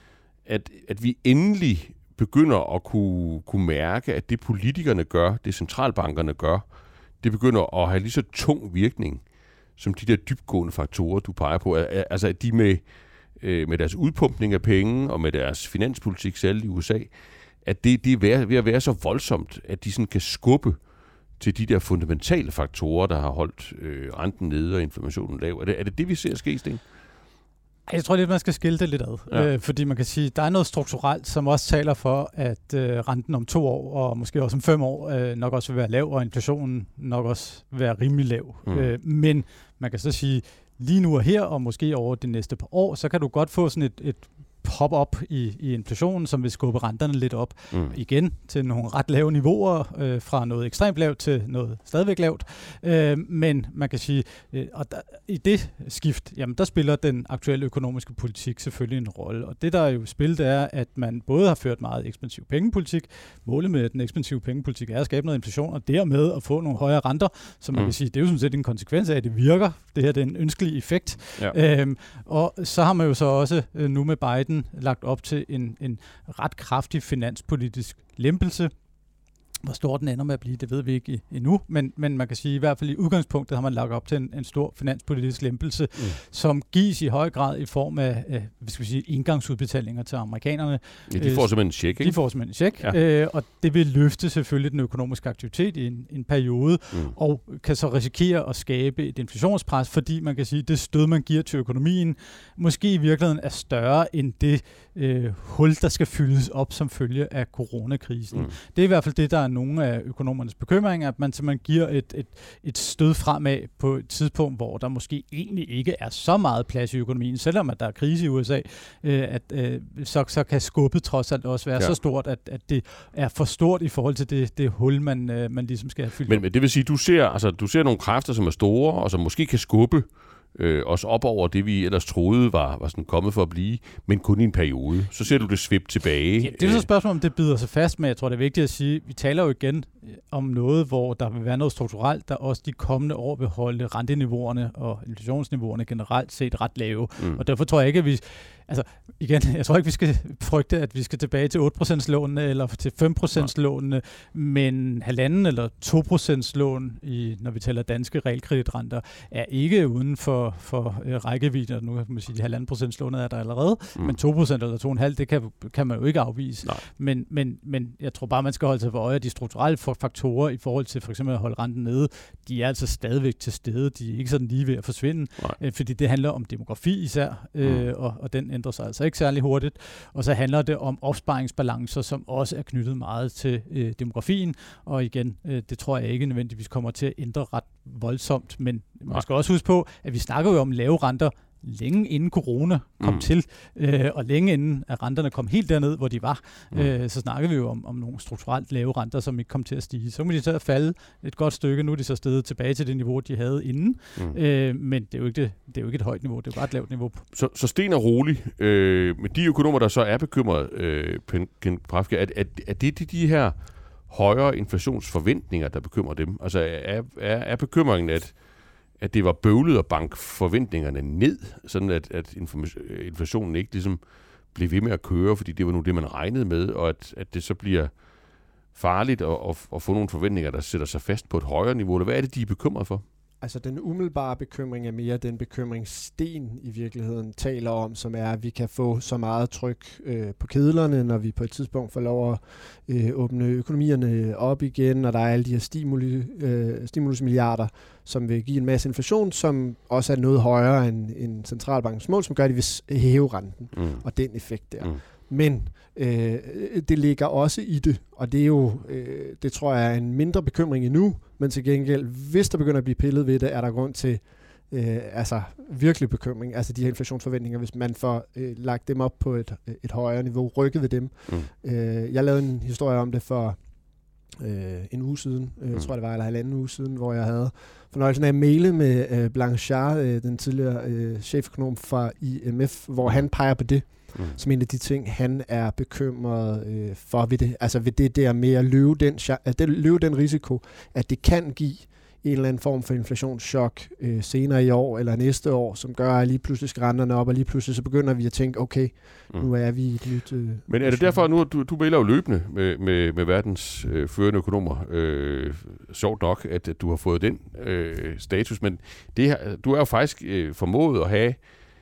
at vi endelig begynder at kunne mærke, at det politikerne gør, det centralbankerne gør, det begynder at have lige så tung virkning, som de der dybtgående faktorer, du peger på. Altså, at de med deres udpumpning af penge og med deres finanspolitik, særligt i USA, at det er ved at være så voldsomt, at de sådan kan skubbe til de der fundamentale faktorer, der har holdt renten nede og inflationen lav. Er det, vi ser ske, Sten? Jeg tror lidt, man skal skille det lidt ad. Ja. Fordi man kan sige, at der er noget strukturelt, som også taler for, at renten om 2 år, og måske også om 5 år, nok også vil være lav, og inflationen nok også vil være rimelig lav. Men man kan så sige, lige nu og her, og måske over de næste par år, så kan du godt få sådan et pop-up i inflationen, som vil skubbe renterne lidt op igen til nogle ret lave niveauer, fra noget ekstremt lavt til noget stadigvæk lavt. Men man kan sige, og i det skift, jamen der spiller den aktuelle økonomiske politik selvfølgelig en rolle. Og det der er jo spillet, det er, at man både har ført meget ekspansiv pengepolitik. Målet med den ekspansive pengepolitik er at skabe noget inflation, og dermed at få nogle højere renter, som man kan sige, det er jo sådan set en konsekvens af, at det virker. Det her det er en ønskelig effekt. Ja. Og så har man jo så også nu med Biden lagt op til en ret kraftig finanspolitisk lempelse. Hvor stor den ender med at blive, det ved vi ikke endnu, men man kan sige, i hvert fald i udgangspunktet har man lagt op til en stor finanspolitisk lempelse, som gives i høj grad i form af engangsudbetalinger til amerikanerne. Ja, de får simpelthen en check, ikke? De får simpelthen en check, ja. Og det vil løfte selvfølgelig den økonomiske aktivitet i en periode, og kan så risikere at skabe et inflationspres, fordi man kan sige, at det stød, man giver til økonomien, måske i virkeligheden er større end det hul, der skal fyldes op som følge af coronakrisen. Det er i hvert fald det, der er nogle af økonomernes bekymringer, at man simpelthen giver et stød fremad på et tidspunkt, hvor der måske egentlig ikke er så meget plads i økonomien, selvom at der er krise i USA, så kan skubbet trods alt også være så stort, at det er for stort i forhold til det hul, man ligesom skal have fyldt. Men det vil sige, du ser nogle kræfter, som er store, og som måske kan skubbe også op over det, vi ellers troede var sådan kommet for at blive, men kun i en periode. Så ser du det svippe tilbage. Ja, det er så et spørgsmål, om det bider sig fast med. Jeg tror, det er vigtigt at sige, vi taler jo igen om noget, hvor der vil være noget strukturelt, der også de kommende år vil holde renteniveauerne og inflationsniveauerne generelt set ret lave. Og derfor tror jeg ikke, at vi... Altså igen, jeg tror ikke, vi skal frygte, at vi skal tilbage til 8% lånene eller til 5% lånene, men 1,5 eller 2% lån, når vi taler danske realkreditrenter, er ikke uden for rækkevidde. Nu kan man sige, at 1,5% lånet er der allerede, men 2% eller 2,5%, det kan man jo ikke afvise. Men jeg tror bare, man skal holde sig for øje, at de strukturelle faktorer i forhold til for eksempel at holde renten nede, de er altså stadigvæk til stede. De er ikke sådan lige ved at forsvinde, fordi det handler om demografi især, og den ændrer sig altså ikke særlig hurtigt. Og så handler det om opsparingsbalancer, som også er knyttet meget til demografien. Og igen, det tror jeg ikke nødvendigvis kommer til at ændre ret voldsomt. Men man skal også huske på, at vi snakker jo om lave renter længe inden corona kom til, og længe inden at renterne kom helt derned, hvor de var, så snakker vi jo om nogle strukturelt lave renter, som ikke kom til at stige. Så må de så falde et godt stykke. Nu er de så steget tilbage til det niveau, de havde inden. Men det er jo ikke et højt niveau, det er bare et lavt niveau. Så Sten er rolig. Med de økonomer, der så er bekymret, er det de her højere inflationsforventninger, der bekymrer dem? Altså er bekymringen, at det var bøvlet at banke forventningerne ned, sådan at inflationen ikke ligesom blev ved med at køre, fordi det var nu det, man regnede med, og at det så bliver farligt at få nogle forventninger, der sætter sig fast på et højere niveau? Eller hvad er det, de er bekymret for? Altså den umiddelbare bekymring er mere den bekymring, Sten i virkeligheden taler om, som er, at vi kan få så meget tryk på kedlerne, når vi på et tidspunkt får lov at åbne økonomierne op igen, og der er alle de her stimulusmilliarder, som vil give en masse inflation, som også er noget højere end centralbankens mål, som gør, at de vil hæve renten, og den effekt der. Men det ligger også i det, og det er jo, det tror jeg er en mindre bekymring endnu, men til gengæld, hvis der begynder at blive pillet ved det, er der grund til virkelig bekymring, altså de her inflationsforventninger, hvis man får lagt dem op på et højere niveau, rykket ved dem. Jeg lavede en historie om det for en uge siden, tror jeg det var, eller 1,5 uge siden, hvor jeg havde fornøjelsen af at maile med Blanchard, den tidligere cheføkonom fra IMF, hvor han peger på det, som en af de ting, han er bekymret for ved det. Altså ved det der med at løbe den risiko, at det kan give en eller anden form for inflationschok senere i år eller næste år, som gør, at lige pludselig skal renterne op, og lige pludselig så begynder vi at tænke, okay, nu er vi i et nyt... Men er det derfor, nu du vælger jo løbende med verdens førende økonomer, sjovt nok, at du har fået den status, men det her, du er jo faktisk formået at have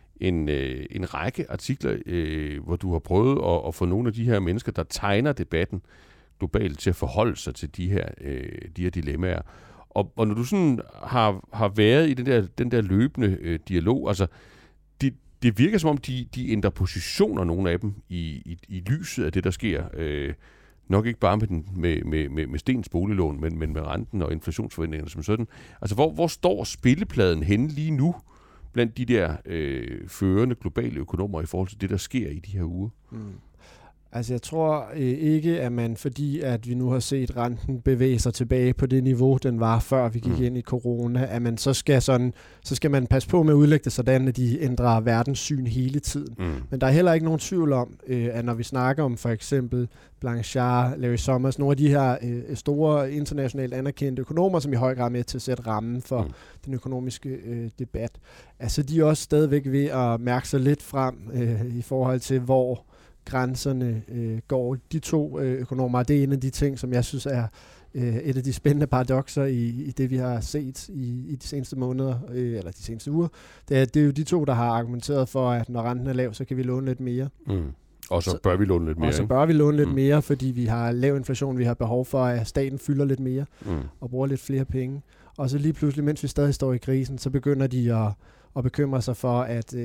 en række artikler, hvor du har prøvet at få nogle af de her mennesker, der tegner debatten globalt, til at forholde sig til de her dilemmaer. Og når du sådan har været i den der løbende dialog, altså det virker som om, de ændrer positioner, nogle af dem, i lyset af det, der sker. Nok ikke bare med Stens boliglån, men med renten og inflationsforventningerne som sådan. Altså hvor står spillepladen henne lige nu blandt de der førende globale økonomer i forhold til det, der sker i de her uger? Altså jeg tror ikke, at man, fordi at vi nu har set renten bevæge sig tilbage på det niveau, den var før vi gik ind i corona, at man så skal man passe på med at udlægge det sådan, at de ændrer verdenssyn hele tiden. Men der er heller ikke nogen tvivl om, at når vi snakker om for eksempel Blanchard, Larry Summers, nogle af de her store internationalt anerkendte økonomer, som i høj grad er med til at sætte rammen for den økonomiske debat, altså de er også stadigvæk ved at mærke sig lidt frem i forhold til, hvor grænserne går. De to økonomer, det er en af de ting, som jeg synes er et af de spændende paradokser i det, vi har set i de seneste måneder, eller de seneste uger. Det er jo de to, der har argumenteret for, at når renten er lav, så kan vi låne lidt mere. Og så bør vi låne lidt mere. Og så bør vi låne lidt mere, fordi vi har lav inflation, vi har behov for, at staten fylder lidt mere og bruger lidt flere penge. Og så lige pludselig, mens vi stadig står i krisen, så begynder de at bekymre sig for,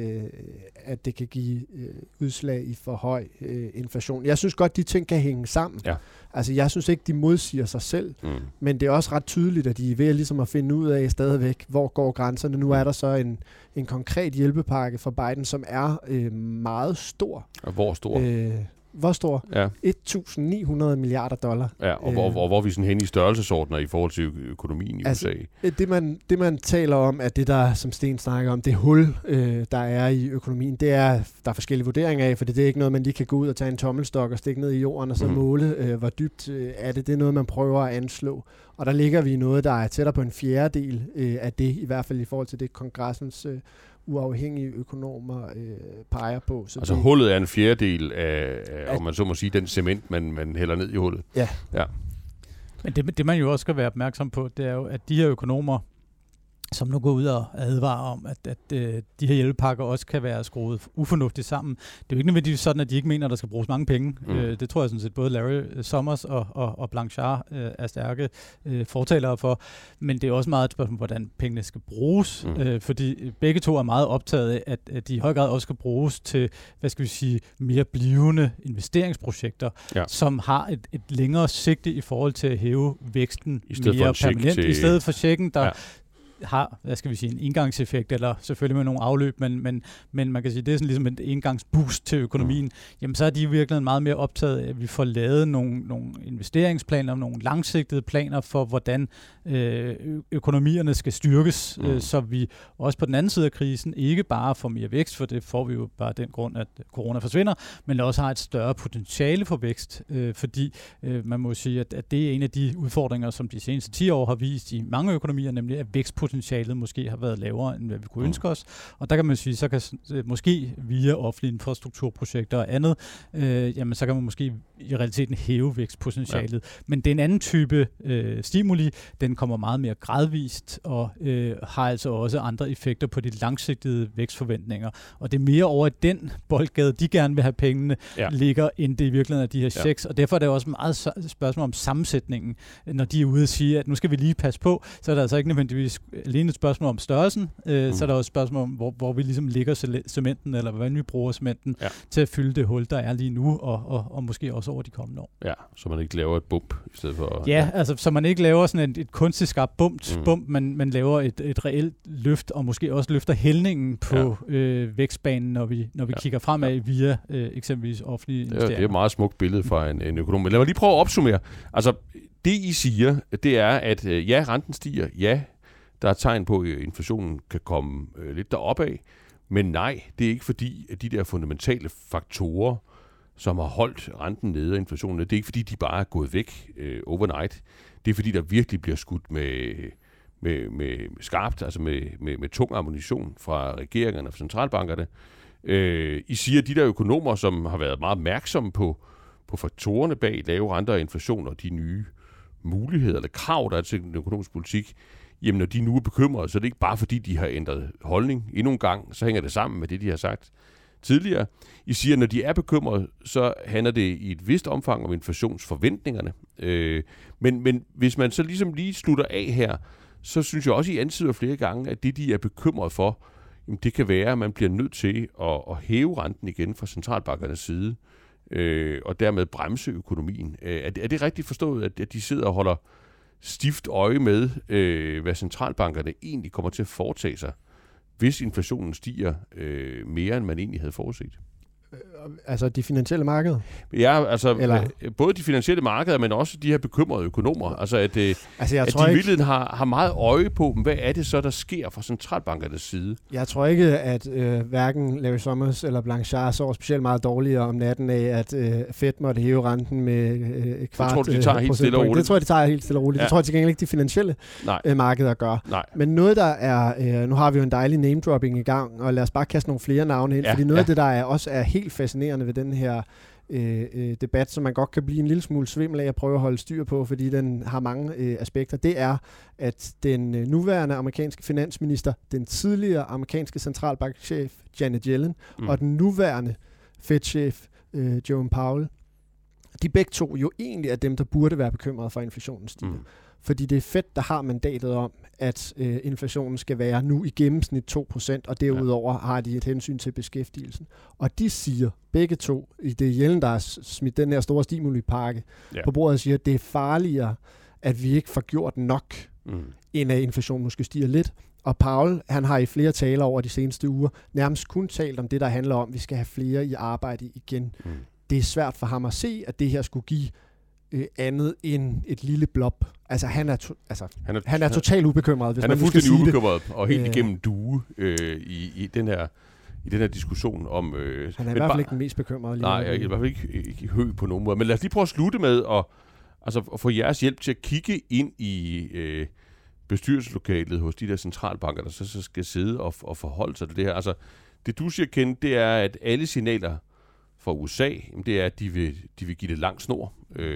at det kan give udslag i for høj inflation. Jeg synes godt, de ting kan hænge sammen. Ja. Altså, jeg synes ikke, de modsiger sig selv, men det er også ret tydeligt, at de er ved ligesom at finde ud af stadigvæk, hvor går grænserne. Nu er der så en konkret hjælpepakke fra Biden, som er meget stor. Og hvor stor? Hvor stor? Ja. 1.900 milliarder dollar. Ja, og hvor vi sådan hen i størrelsesordner i forhold til økonomien i USA. Det man taler om, er det der, som Sten snakker om, det hul, der er i økonomien, det er, der er forskellige vurderinger af, for det er ikke noget, man lige kan gå ud og tage en tommelstok og stikke ned i jorden og så måle, hvor dybt er det. Det er noget, man prøver at anslå. Og der ligger vi i noget, der er tættere på en fjerdedel af det, i hvert fald i forhold til det kongressens uafhængige økonomer peger på. Så altså hullet er en fjerdedel af, om man så må sige, den cement, man hælder ned i hullet. Ja. Men det man jo også skal være opmærksom på, det er jo, at de her økonomer, som nu går ud og advarer om, at de her hjælpepakker også kan være skruet ufornuftigt sammen. Det er jo ikke nødvendigvis sådan, at de ikke mener, at der skal bruges mange penge. Det tror jeg sådan set både Larry Summers og Blanchard er stærke fortalere for. Men det er også meget et spørgsmål, hvordan pengene skal bruges. Fordi begge to er meget optaget af, at de i høj grad også skal bruges til, hvad skal vi sige, mere blivende investeringsprojekter, som har et længere sigte i forhold til at hæve væksten mere permanent. I stedet for checken, der har, hvad skal vi sige, en engangseffekt, eller selvfølgelig med nogle afløb, men man kan sige, det er sådan ligesom et engangsboost til økonomien, jamen så er de i virkeligheden meget mere optaget af, at vi får lavet nogle investeringsplaner, nogle langsigtede planer for, hvordan økonomierne skal styrkes, så vi også på den anden side af krisen ikke bare får mere vækst, for det får vi jo bare den grund, at corona forsvinder, men også har et større potentiale for vækst, fordi man må sige, at det er en af de udfordringer, som de seneste 10 år har vist i mange økonomier, nemlig at vækstpotentialet måske har været lavere, end hvad vi kunne ønske os. Og der kan man sige, så kan måske via offentlige infrastrukturprojekter og andet, jamen så kan man måske i realiteten hæve vækstpotentialet. Ja. Men det er en anden type stimuli. Den kommer meget mere gradvist og har altså også andre effekter på de langsigtede vækstforventninger. Og det er mere over den boldgade, de gerne vil have pengene, ligger, end det i virkeligheden af de her checks. Og derfor er det også meget spørgsmål om sammensætningen, når de er ude og sige, at nu skal vi lige passe på, så er der altså ikke nødvendigvis alene et spørgsmål om størrelsen, så er der også et spørgsmål om, hvor vi ligesom ligger cementen, eller hvordan vi bruger cementen til at fylde det hul, der er lige nu, og måske også over de kommende år. Ja, så man ikke laver et bump i stedet for... Ja, altså så man ikke laver sådan et kunstigt skabt bump, men laver et reelt løft, og måske også løfter hældningen på vækstbanen, når vi kigger fremad via eksempelvis offentlige investeringer. Det er et meget smukt billede fra en økonom. Men lad mig lige prøve at opsummere. Altså, det I siger, det er, at renten stiger, der er tegn på, at inflationen kan komme lidt deroppe af, Men nej, det er ikke fordi, at de der fundamentale faktorer, som har holdt renten nede og inflationen nede, det er ikke fordi, de bare er gået væk overnight. Det er fordi, der virkelig bliver skudt med skarpt, altså med tung ammunition fra regeringerne og centralbankerne. I siger, de der økonomer, som har været meget opmærksomme på faktorerne bag lave renter og inflation og de nye muligheder eller krav, der er til den økonomiske politik, jamen når de nu er bekymrede, så er det ikke bare fordi, de har ændret holdning endnu en gang, så hænger det sammen med det, de har sagt tidligere. I siger, at når de er bekymrede, så handler det i et vist omfang om inflationsforventningerne. Men hvis man så ligesom lige slutter af her, så synes jeg også, I antyder flere gange, at det, de er bekymret for, jamen det kan være, at man bliver nødt til at hæve renten igen fra centralbankernes side, og dermed bremse økonomien. Er det rigtigt forstået, at de sidder og holder stift øje med, hvad centralbankerne egentlig kommer til at foretage sig, hvis inflationen stiger mere, end man egentlig havde forudset? Altså de finansielle markeder? Ja, altså både de finansielle markeder, men også de her bekymrede økonomer. Altså at de i virkeligheden har meget øje på dem. Hvad er det så, der sker fra centralbankernes side? Jeg tror ikke, at hverken Larry Summers eller Blanchard så specielt meget dårligere om natten af, at Fed måtte hæve renten med kvart. Jeg tror, de tager helt stille og roligt. Det tror jeg, de tager helt stille og roligt. Ja. Det tror jeg til gengæld ikke, de finansielle markeder gør. Nej. Men noget, der er... nu har vi jo en dejlig name-dropping i gang, og lad os bare kaste nogle flere navne ind, fordi noget af det, der også er helt fascinerende ved den her debat, som man godt kan blive en lille smule svimmel af at prøve at holde styr på, fordi den har mange aspekter, det er, at den nuværende amerikanske finansminister, den tidligere amerikanske centralbankchef Janet Yellen, og den nuværende Fed-chef Jerome Powell, de begge to jo egentlig er dem, der burde være bekymrede for, at inflationen stiger. Fordi det er Fed, der har mandatet om, at inflationen skal være nu i gennemsnit 2%, og derudover har de et hensyn til beskæftigelsen. Og de siger, begge to, i det Yellen, der har smidt den her store stimulipakke på bordet, siger, at det er farligere, at vi ikke får gjort nok, end at inflationen måske stiger lidt. Og Powell, han har i flere taler over de seneste uger nærmest kun talt om det, der handler om, at vi skal have flere i arbejde igen. Det er svært for ham at se, at det her skulle give andet end et lille blob. Altså han er totalt ubekymret, hvis han man er fuldstændig ubekymret og helt igennem due i den her diskussion om... han er i hvert fald ikke den mest bekymrede. Nej, jeg er i hvert fald ikke høj på nogen måde. Men lad os lige prøve at slutte med at få jeres hjælp til at kigge ind i bestyrelseslokalet hos de der centralbanker, der så skal sidde og forholde sig til det her. Altså, det du siger, Ken, det er, at alle signaler fra USA, det er, at de vil give det lang snor,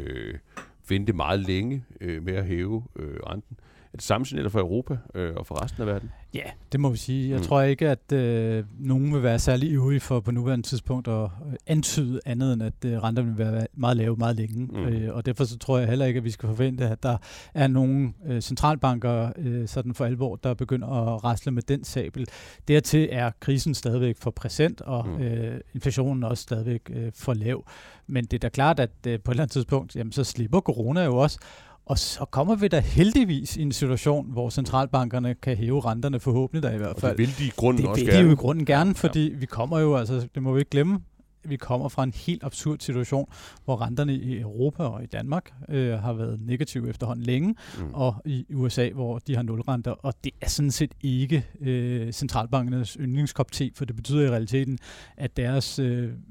vente meget længe med at hæve renten. Er det samme signaler for Europa og for resten af verden? Ja, det må vi sige. Jeg tror ikke, at nogen vil være særlig ivrige for på nuværende tidspunkt at antyde andet end, at renterne vil være meget lave meget længe. Og derfor så tror jeg heller ikke, at vi skal forvente, at der er nogle centralbanker sådan for alvor, der begynder at rasle med den sabel. Dertil er krisen stadigvæk for præsent, og inflationen også stadigvæk for lav. Men det er da klart, at på et eller andet tidspunkt, jamen, så slipper corona jo også. Og så kommer vi da heldigvis i en situation, hvor centralbankerne kan hæve renterne forhåbentlig da i hvert fald. Og det vil de i grunden også gerne. Det vil de jo i grunden gerne, fordi vi kommer jo, altså det må vi ikke glemme, vi kommer fra en helt absurd situation, hvor renterne i Europa og i Danmark har været negative efterhånden længe, og i USA, hvor de har nulrenter, og det er sådan set ikke centralbankernes yndlingskop te, for det betyder i realiteten, at deres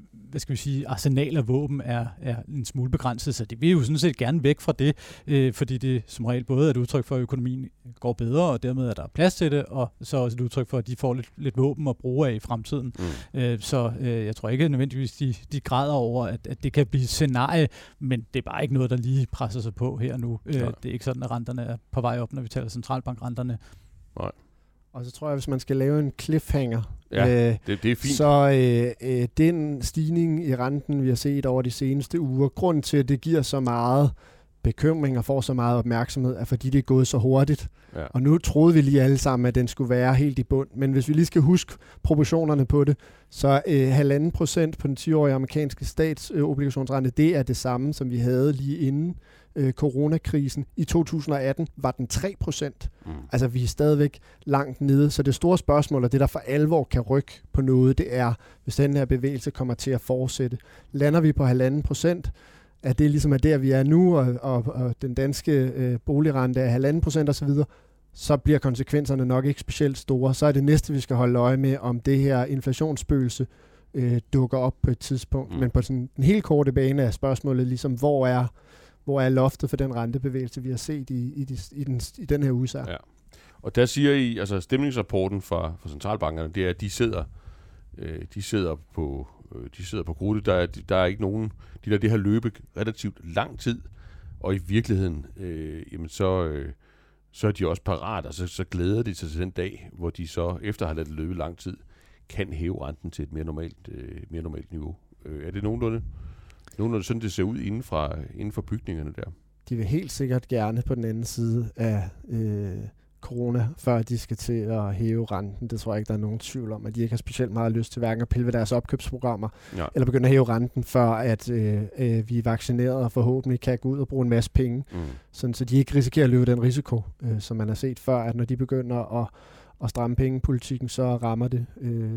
arsenal af våben er en smule begrænset, så det vil jo sådan set gerne væk fra det, fordi det som regel både er et udtryk for, at økonomien går bedre, og dermed er der plads til det, og så også et udtryk for, at de får lidt våben at bruge af i fremtiden. Så jeg tror ikke nødvendigvis, de græder over, at det kan blive et scenarie, men det er bare ikke noget, der lige presser sig på her nu. Det er ikke sådan, at renterne er på vej op, når vi taler centralbankrenterne. Nej. Og så tror jeg, hvis man skal lave en cliffhanger, det er fint. Så den stigning i renten, vi har set over de seneste uger, grunden til, at det giver så meget bekymring og får så meget opmærksomhed, er fordi det er gået så hurtigt. Ja. Og nu troede vi lige alle sammen, at den skulle være helt i bund. Men hvis vi lige skal huske proportionerne på det, så 1,5% på den 10-årige amerikanske statsobligationsrente, det er det samme, som vi havde lige inden coronakrisen. I 2018 var den 3%. Altså vi er stadigvæk langt nede. Så det store spørgsmål, og det der for alvor kan rykke på noget, det er, hvis den her bevægelse kommer til at fortsætte. Lander vi på 1,5%, at det ligesom er der, vi er nu, og den danske boligrente er 1,5% osv., så bliver konsekvenserne nok ikke specielt store. Så er det næste, vi skal holde øje med, om det her inflationsspøgelse dukker op på et tidspunkt. Men på sådan den helt korte bane er spørgsmålet ligesom, hvor er loftet for den rentebevægelse, vi har set i den her uge. Ja. Og der siger I, altså stemningsrapporten fra centralbankerne, det er, at de sidder på grudet. Der er ikke nogen, de lader det her løbe relativt lang tid, og i virkeligheden, så er de også parat, og så glæder de sig til den dag, hvor de så, efter at have ladet det løbe lang tid, kan hæve renten til et mere normalt niveau. Er det nogenlunde sådan, det ser ud inden for bygningerne der? De vil helt sikkert gerne på den anden side af corona, før de skal til at hæve renten. Det tror jeg ikke, der er nogen tvivl om, at de ikke har specielt meget lyst til hverken at pille ved deres opkøbsprogrammer, eller begynde at hæve renten, før at vi er vaccineret og forhåbentlig kan gå ud og bruge en masse penge, sådan, så de ikke risikerer at løbe den risiko, som man har set før, at når de begynder at stramme pengepolitikken, så rammer det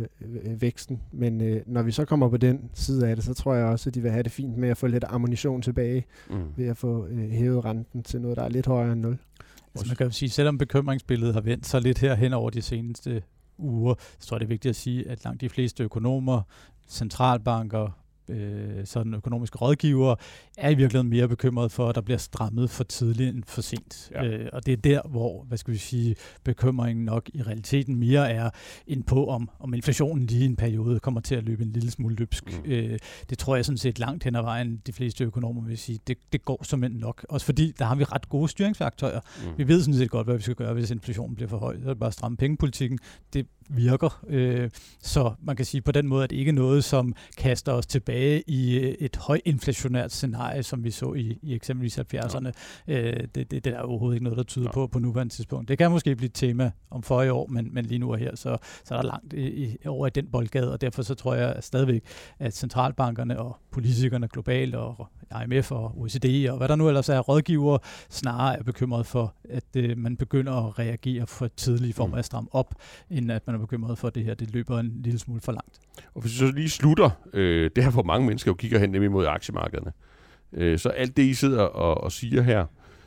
væksten. Men når vi så kommer på den side af det, så tror jeg også, at de vil have det fint med at få lidt ammunition tilbage, ved at få hævet renten til noget, der er lidt højere end 0. Altså man kan jo sige, selvom bekymringsbilledet har vendt så lidt her hen over de seneste uger, så tror jeg, det er vigtigt at sige, at langt de fleste økonomer, centralbanker, sådan økonomiske rådgivere, er i virkeligheden mere bekymret for, at der bliver strammet for tidligt end for sent. Ja. Og det er der, hvor, bekymringen nok i realiteten mere er ind på, om inflationen lige i en periode kommer til at løbe en lille smule løbsk. Det tror jeg sådan set langt hen ad vejen, de fleste økonomer vil sige, det går simpelthen nok. Også fordi, der har vi ret gode styringsværktøjer. Vi ved sådan set godt, hvad vi skal gøre, hvis inflationen bliver for høj. Så er det bare at stramme pengepolitikken. Det virker. Så man kan sige, på den måde, at det ikke er noget, som kaster os tilbage i et højinflationært scenarie, som vi så i eksempelvis 70'erne. Det er overhovedet ikke noget, der tyder på nuværende tidspunkt. Det kan måske blive et tema om forrige år, men lige nu og her, så er der langt over i den boldgade, og derfor så tror jeg stadigvæk, at centralbankerne og politikerne globalt, og IMF og OECD, og hvad der nu ellers er rådgivere, snarere er bekymret for, at man begynder at reagere for tidligt i form af at stramme op, end at man er bekymret for, at det her det løber en lille smule for langt. Og hvis vi så lige slutter, det her hvor mange mennesker jo kigger hen nemlig mod aktiemarkederne, så alt det, I sidder og siger her,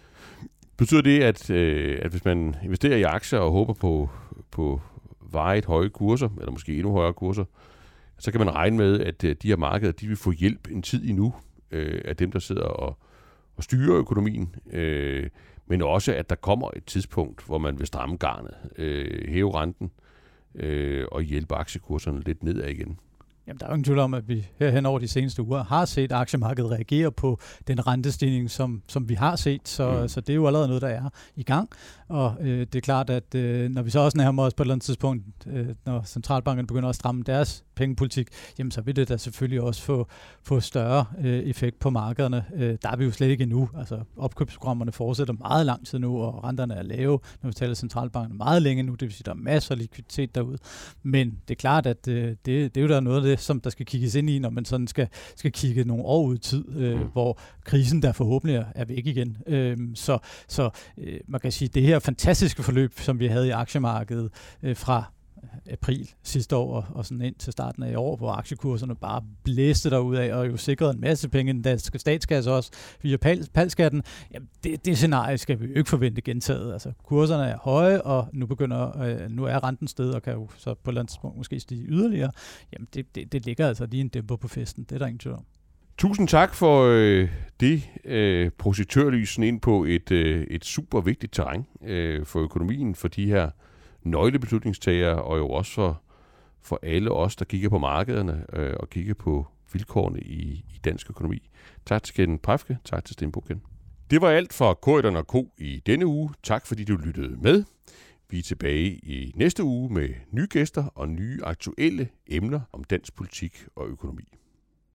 betyder det, at hvis man investerer i aktier og håber på varigt høje kurser, eller måske endnu højere kurser, så kan man regne med, at de her markeder, de vil få hjælp en tid endnu af dem, der sidder og styrer økonomien, men også, at der kommer et tidspunkt, hvor man vil stramme garnet, hæve renten og hjælpe aktiekurserne lidt nedad igen. Jamen, der er jo ingen tvivl om, at vi herhen over de seneste uger har set aktiemarkedet reagere på den rentestigning, som vi har set, så det er jo allerede noget, der er i gang. Og det er klart, at når vi så også nærmer os på et eller andet tidspunkt, når centralbankerne begynder at stramme deres pengepolitik, jamen så vil det da selvfølgelig også få større effekt på markederne. Der er vi jo slet ikke endnu. Altså opkøbsprogrammerne fortsætter meget lang tid nu, og renterne er lave, når vi taler centralbankerne meget længe nu, det vil sige, der er masser af likviditet derude. Men det er klart, at det er jo der noget af det, som der skal kigges ind i, når man sådan skal kigge nogle år ud i tid, hvor krisen der forhåbentlig er væk igen. Så man kan sige, det her fantastiske forløb, som vi havde i aktiemarkedet fra april sidste år og sådan ind til starten af i år, hvor aktiekurserne bare blæste derudad og jo sikrede en masse penge i den danske statskasse også via palskatten. Jamen det scenarie skal vi jo ikke forvente gentaget. Altså kurserne er høje, og nu er renten steget og kan jo så på et eller andet tidspunkt måske stige yderligere. Jamen det ligger altså lige en dæmper på festen. Det er der ingen tvivl om. Tusind tak for det projektørlysen ind på et super vigtigt terræn for økonomien, for de her nøglebeslutningstagere, og jo også for alle os, der kigger på markederne og kigger på vilkårene i dansk økonomi. Tak til Ken Præfke, tak til Sten Bogen. Det var alt for Corydon & Co. i denne uge. Tak fordi du lyttede med. Vi er tilbage i næste uge med nye gæster og nye aktuelle emner om dansk politik og økonomi.